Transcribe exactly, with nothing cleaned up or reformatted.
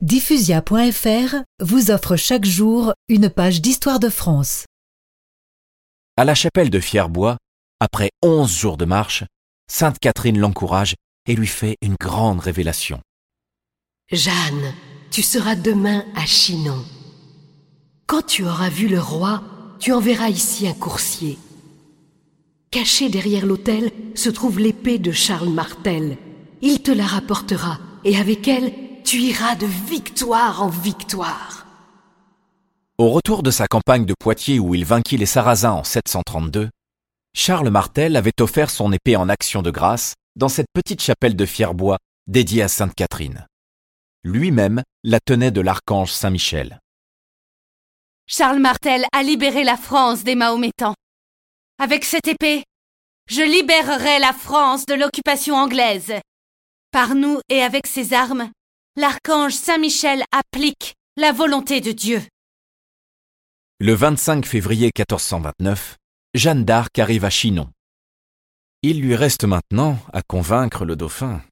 Diffusia point F R vous offre chaque jour une page d'histoire de France. À la chapelle de Fierbois, après onze jours de marche, Sainte Catherine l'encourage et lui fait une grande révélation. « Jeanne, tu seras demain à Chinon. Quand tu auras vu le roi, tu enverras ici un coursier. Caché derrière l'autel se trouve l'épée de Charles Martel. Il te la rapportera et avec elle, tu iras de victoire en victoire. » Au retour de sa campagne de Poitiers où il vainquit les Sarrasins en sept cent trente-deux, Charles Martel avait offert son épée en action de grâce dans cette petite chapelle de Fierbois dédiée à Sainte Catherine. Lui-même la tenait de l'archange Saint-Michel. Charles Martel a libéré la France des Mahométans. Avec cette épée, je libérerai la France de l'occupation anglaise. Par nous et avec ses armes, l'archange Saint-Michel applique la volonté de Dieu. Le vingt-cinq février quatorze cent vingt-neuf, Jeanne d'Arc arrive à Chinon. Il lui reste maintenant à convaincre le dauphin.